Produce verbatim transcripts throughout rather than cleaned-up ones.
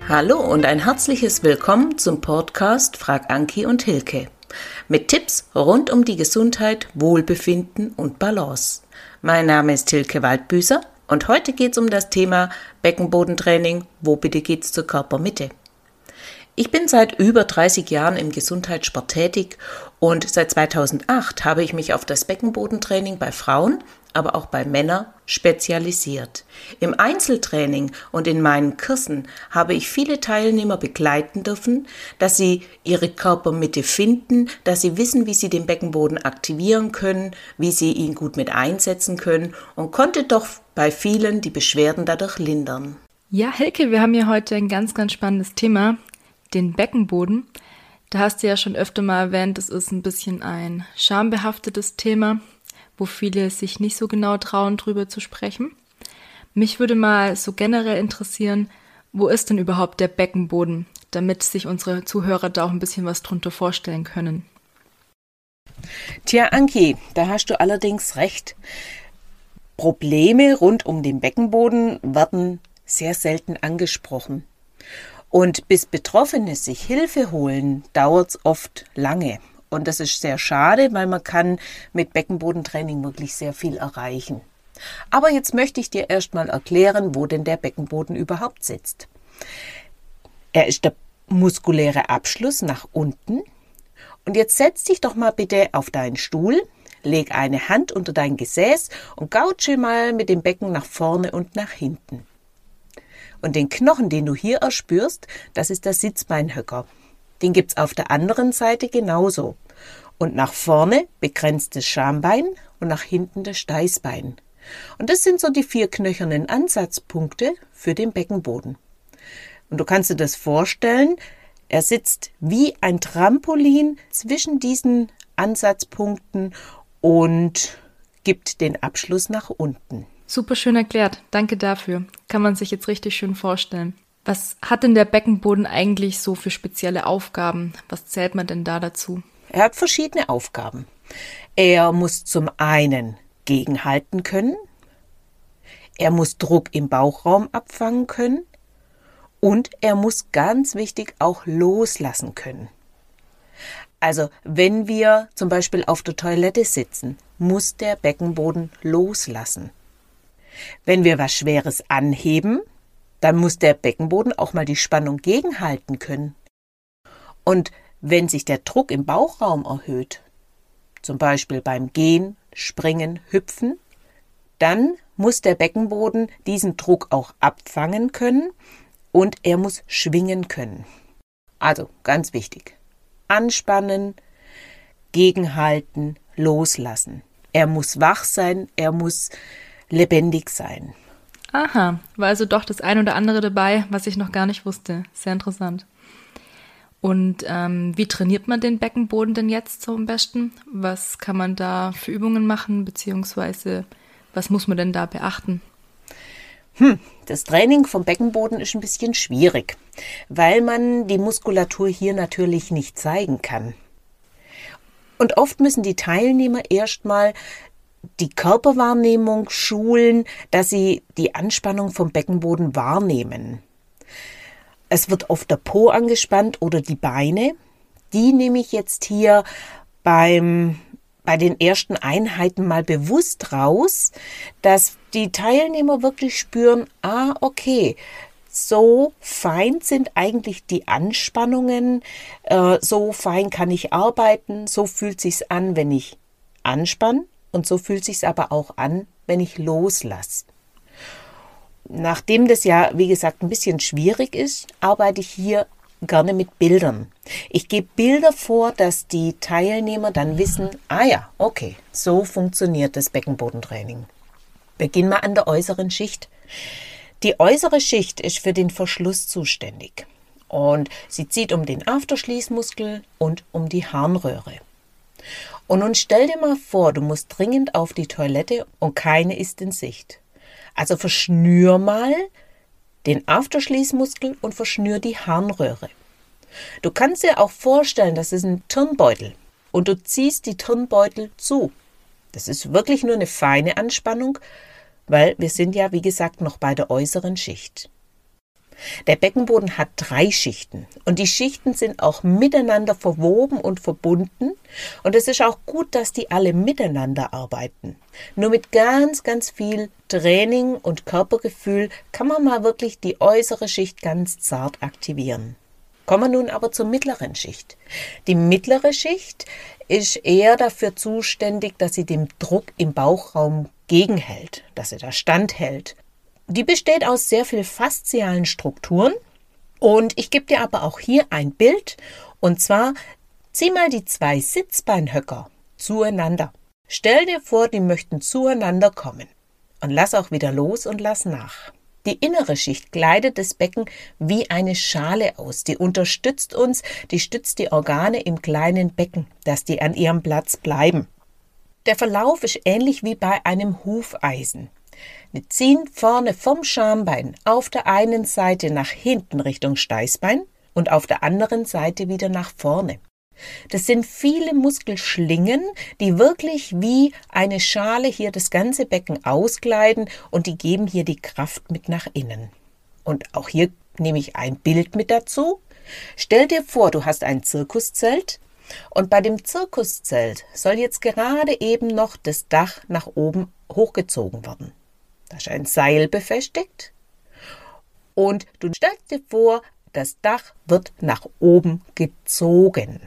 Hallo und ein herzliches Willkommen zum Podcast Frag Anki und Hilke mit Tipps rund um die Gesundheit, Wohlbefinden und Balance. Mein Name ist Hilke Waldbüßer und heute geht es um das Thema Beckenbodentraining. Wo bitte geht's zur Körpermitte? Ich bin seit über dreißig Jahren im Gesundheitssport tätig und seit zweitausendacht habe ich mich auf das Beckenbodentraining bei Frauen, aber auch bei Männern spezialisiert. Im Einzeltraining und in meinen Kursen habe ich viele Teilnehmer begleiten dürfen, dass sie ihre Körpermitte finden, dass sie wissen, wie sie den Beckenboden aktivieren können, wie sie ihn gut mit einsetzen können und konnte doch bei vielen die Beschwerden dadurch lindern. Ja, Hilke, wir haben hier heute ein ganz, ganz spannendes Thema, den Beckenboden. Da hast du ja schon öfter mal erwähnt, es ist ein bisschen ein schambehaftetes Thema, wo viele sich nicht so genau trauen, drüber zu sprechen. Mich würde mal so generell interessieren, wo ist denn überhaupt der Beckenboden, damit sich unsere Zuhörer da auch ein bisschen was drunter vorstellen können. Tja, Anki, da hast du allerdings recht. Probleme rund um den Beckenboden werden sehr selten angesprochen. Und bis Betroffene sich Hilfe holen, dauert es oft lange. Und das ist sehr schade, weil man kann mit Beckenbodentraining wirklich sehr viel erreichen. Aber jetzt möchte ich dir erstmal erklären, wo denn der Beckenboden überhaupt sitzt. Er ist der muskuläre Abschluss nach unten. Und jetzt setz dich doch mal bitte auf deinen Stuhl, leg eine Hand unter dein Gesäß und gautsche mal mit dem Becken nach vorne und nach hinten. Und den Knochen, den du hier erspürst, das ist der Sitzbeinhöcker. Den gibt's auf der anderen Seite genauso. Und nach vorne begrenzt das Schambein und nach hinten das Steißbein. Und das sind so die vier knöchernen Ansatzpunkte für den Beckenboden. Und du kannst dir das vorstellen, er sitzt wie ein Trampolin zwischen diesen Ansatzpunkten und gibt den Abschluss nach unten. Super schön erklärt, danke dafür. Kann man sich jetzt richtig schön vorstellen. Was hat denn der Beckenboden eigentlich so für spezielle Aufgaben? Was zählt man denn da dazu? Er hat verschiedene Aufgaben. Er muss zum einen gegenhalten können, er muss Druck im Bauchraum abfangen können und er muss ganz wichtig auch loslassen können. Also wenn wir zum Beispiel auf der Toilette sitzen, muss der Beckenboden loslassen. Wenn wir was Schweres anheben, dann muss der Beckenboden auch mal die Spannung gegenhalten können. Und wenn sich der Druck im Bauchraum erhöht, zum Beispiel beim Gehen, Springen, Hüpfen, dann muss der Beckenboden diesen Druck auch abfangen können und er muss schwingen können. Also ganz wichtig, anspannen, gegenhalten, loslassen. Er muss wach sein, er muss lebendig sein. Aha, war also doch das ein oder andere dabei, was ich noch gar nicht wusste. Sehr interessant. Und ähm, wie trainiert man den Beckenboden denn jetzt so am besten? Was kann man da für Übungen machen, beziehungsweise was muss man denn da beachten? Hm, das Training vom Beckenboden ist ein bisschen schwierig, weil man die Muskulatur hier natürlich nicht zeigen kann. Und oft müssen die Teilnehmer erstmal die Körperwahrnehmung schulen, dass sie die Anspannung vom Beckenboden wahrnehmen. Es wird oft der Po angespannt oder die Beine. Die nehme ich jetzt hier beim, bei den ersten Einheiten mal bewusst raus, dass die Teilnehmer wirklich spüren, ah, okay, so fein sind eigentlich die Anspannungen, äh, so fein kann ich arbeiten, so fühlt sich's an, wenn ich anspanne. Und so fühlt sich's aber auch an, wenn ich loslasse. Nachdem das ja, wie gesagt, ein bisschen schwierig ist, arbeite ich hier gerne mit Bildern. Ich gebe Bilder vor, dass die Teilnehmer dann wissen, ah ja, okay, so funktioniert das Beckenbodentraining. Beginnen wir an der äußeren Schicht. Die äußere Schicht ist für den Verschluss zuständig. Und sie zieht um den Afterschließmuskel und um die Harnröhre. Und nun stell dir mal vor, du musst dringend auf die Toilette und keine ist in Sicht. Also verschnür mal den Afterschließmuskel und verschnür die Harnröhre. Du kannst dir auch vorstellen, das ist ein Turnbeutel und du ziehst die Turnbeutel zu. Das ist wirklich nur eine feine Anspannung, weil wir sind ja, wie gesagt, noch bei der äußeren Schicht. Der Beckenboden hat drei Schichten und die Schichten sind auch miteinander verwoben und verbunden und es ist auch gut, dass die alle miteinander arbeiten. Nur mit ganz, ganz viel Training und Körpergefühl kann man mal wirklich die äußere Schicht ganz zart aktivieren. Kommen wir nun aber zur mittleren Schicht. Die mittlere Schicht ist eher dafür zuständig, dass sie dem Druck im Bauchraum gegenhält, dass sie da standhält. Die besteht aus sehr viel faszialen Strukturen und ich gebe dir aber auch hier ein Bild und zwar zieh mal die zwei Sitzbeinhöcker zueinander. Stell dir vor, die möchten zueinander kommen und lass auch wieder los und lass nach. Die innere Schicht kleidet das Becken wie eine Schale aus. Die unterstützt uns, die stützt die Organe im kleinen Becken, dass die an ihrem Platz bleiben. Der Verlauf ist ähnlich wie bei einem Hufeisen. Wir ziehen vorne vom Schambein auf der einen Seite nach hinten Richtung Steißbein und auf der anderen Seite wieder nach vorne. Das sind viele Muskelschlingen, die wirklich wie eine Schale hier das ganze Becken auskleiden und die geben hier die Kraft mit nach innen. Und auch hier nehme ich ein Bild mit dazu. Stell dir vor, du hast ein Zirkuszelt und bei dem Zirkuszelt soll jetzt gerade eben noch das Dach nach oben hochgezogen werden. Da ist ein Seil befestigt und du stellst dir vor, das Dach wird nach oben gezogen.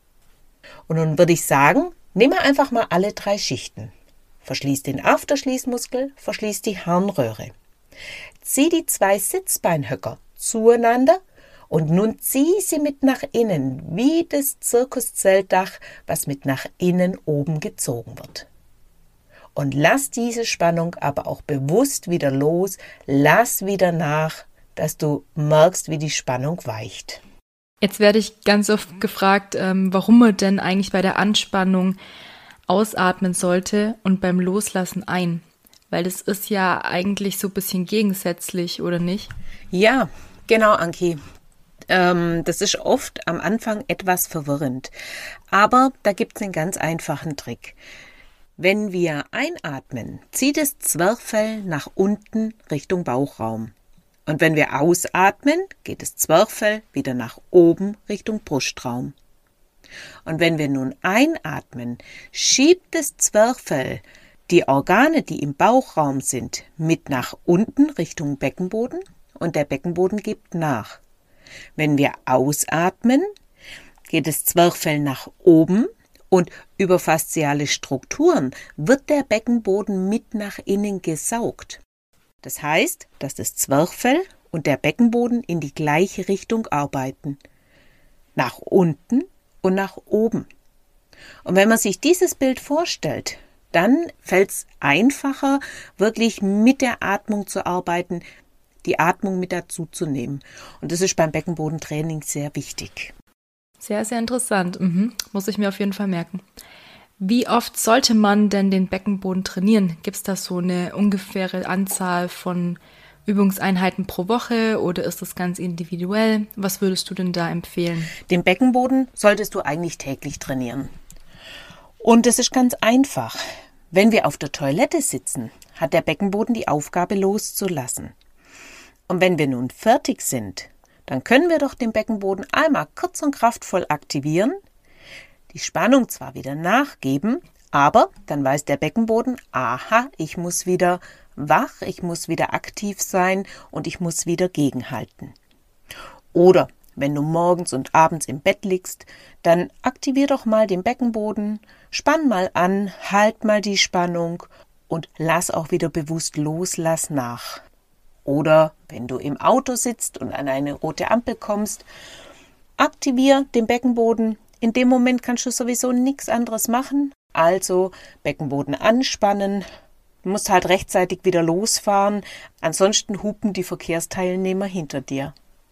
Und nun würde ich sagen, nehme einfach mal alle drei Schichten. Verschließ den Afterschließmuskel, verschließ die Harnröhre. Zieh die zwei Sitzbeinhöcker zueinander und nun zieh sie mit nach innen, wie das Zirkuszeltdach, was mit nach innen oben gezogen wird. Und lass diese Spannung aber auch bewusst wieder los, lass wieder nach, dass du merkst, wie die Spannung weicht. Jetzt werde ich ganz oft gefragt, ähm, warum man denn eigentlich bei der Anspannung ausatmen sollte und beim Loslassen ein. Weil das ist ja eigentlich so ein bisschen gegensätzlich, oder nicht? Ja, genau, Anki. Ähm, das ist oft am Anfang etwas verwirrend. Aber da gibt es einen ganz einfachen Trick. Wenn wir einatmen, zieht das Zwerchfell nach unten Richtung Bauchraum. Und wenn wir ausatmen, geht das Zwerchfell wieder nach oben Richtung Brustraum. Und wenn wir nun einatmen, schiebt das Zwerchfell die Organe, die im Bauchraum sind, mit nach unten Richtung Beckenboden und der Beckenboden gibt nach. Wenn wir ausatmen, geht das Zwerchfell nach oben und über fasziale Strukturen wird der Beckenboden mit nach innen gesaugt. Das heißt, dass das Zwerchfell und der Beckenboden in die gleiche Richtung arbeiten. Nach unten und nach oben. Und wenn man sich dieses Bild vorstellt, dann fällt es einfacher, wirklich mit der Atmung zu arbeiten, die Atmung mit dazu zu nehmen. Und das ist beim Beckenbodentraining sehr wichtig. Sehr, sehr interessant. Mhm. Muss ich mir auf jeden Fall merken. Wie oft sollte man denn den Beckenboden trainieren? Gibt es da so eine ungefähre Anzahl von Übungseinheiten pro Woche oder ist das ganz individuell? Was würdest du denn da empfehlen? Den Beckenboden solltest du eigentlich täglich trainieren. Und es ist ganz einfach. Wenn wir auf der Toilette sitzen, hat der Beckenboden die Aufgabe loszulassen. Und wenn wir nun fertig sind, dann können wir doch den Beckenboden einmal kurz und kraftvoll aktivieren, die Spannung zwar wieder nachgeben, aber dann weiß der Beckenboden, aha, ich muss wieder wach, ich muss wieder aktiv sein und ich muss wieder gegenhalten. Oder wenn du morgens und abends im Bett liegst, dann aktivier doch mal den Beckenboden, spann mal an, halt mal die Spannung und lass auch wieder bewusst los, lass nach. Oder wenn du im Auto sitzt und an eine rote Ampel kommst, aktivier den Beckenboden. In dem Moment kannst du sowieso nichts anderes machen. Also Beckenboden anspannen. Du musst halt rechtzeitig wieder losfahren. Ansonsten hupen die Verkehrsteilnehmer hinter dir.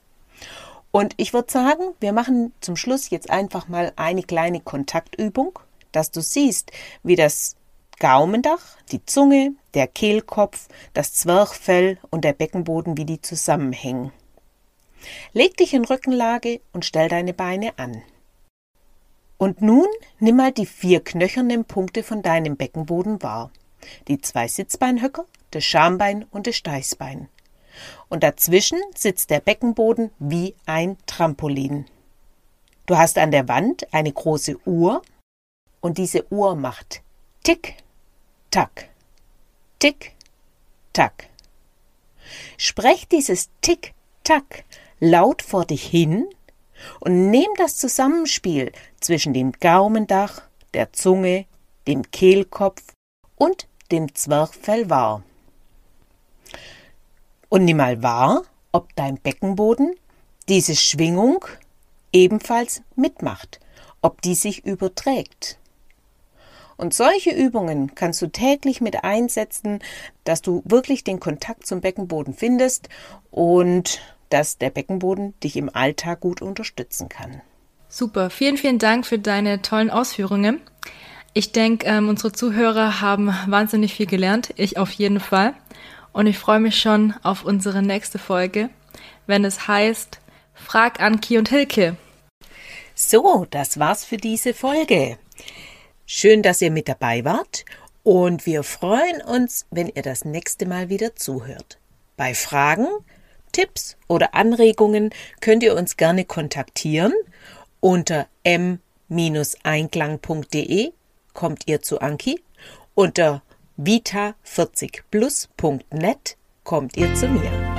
Und ich würde sagen, wir machen zum Schluss jetzt einfach mal eine kleine Kontaktübung, dass du siehst, wie das Gaumendach, die Zunge, der Kehlkopf, das Zwerchfell und der Beckenboden, wie die zusammenhängen. Leg dich in Rückenlage und stell deine Beine an. Und nun nimm mal die vier knöchernen Punkte von deinem Beckenboden wahr. Die zwei Sitzbeinhöcker, das Schambein und das Steißbein. Und dazwischen sitzt der Beckenboden wie ein Trampolin. Du hast an der Wand eine große Uhr und diese Uhr macht Tick, Tack, Tick, Tack. Sprech dieses Tick, Tack laut vor dich hin und nimm das Zusammenspiel zwischen dem Gaumendach, der Zunge, dem Kehlkopf und dem Zwerchfell wahr. Und nimm mal wahr, ob dein Beckenboden diese Schwingung ebenfalls mitmacht, ob die sich überträgt. Und solche Übungen kannst du täglich mit einsetzen, dass du wirklich den Kontakt zum Beckenboden findest und dass der Beckenboden dich im Alltag gut unterstützen kann. Super, vielen, vielen Dank für deine tollen Ausführungen. Ich denke, ähm, unsere Zuhörer haben wahnsinnig viel gelernt, ich auf jeden Fall. Und ich freue mich schon auf unsere nächste Folge, wenn es heißt, Frag Anki und Hilke. So, das war's für diese Folge. Schön, dass ihr mit dabei wart und wir freuen uns, wenn ihr das nächste Mal wieder zuhört. Bei Fragen, Tipps oder Anregungen könnt ihr uns gerne kontaktieren. Unter m einklang punkt de kommt ihr zu Anki. Unter vita vierzig plus punkt net kommt ihr zu mir.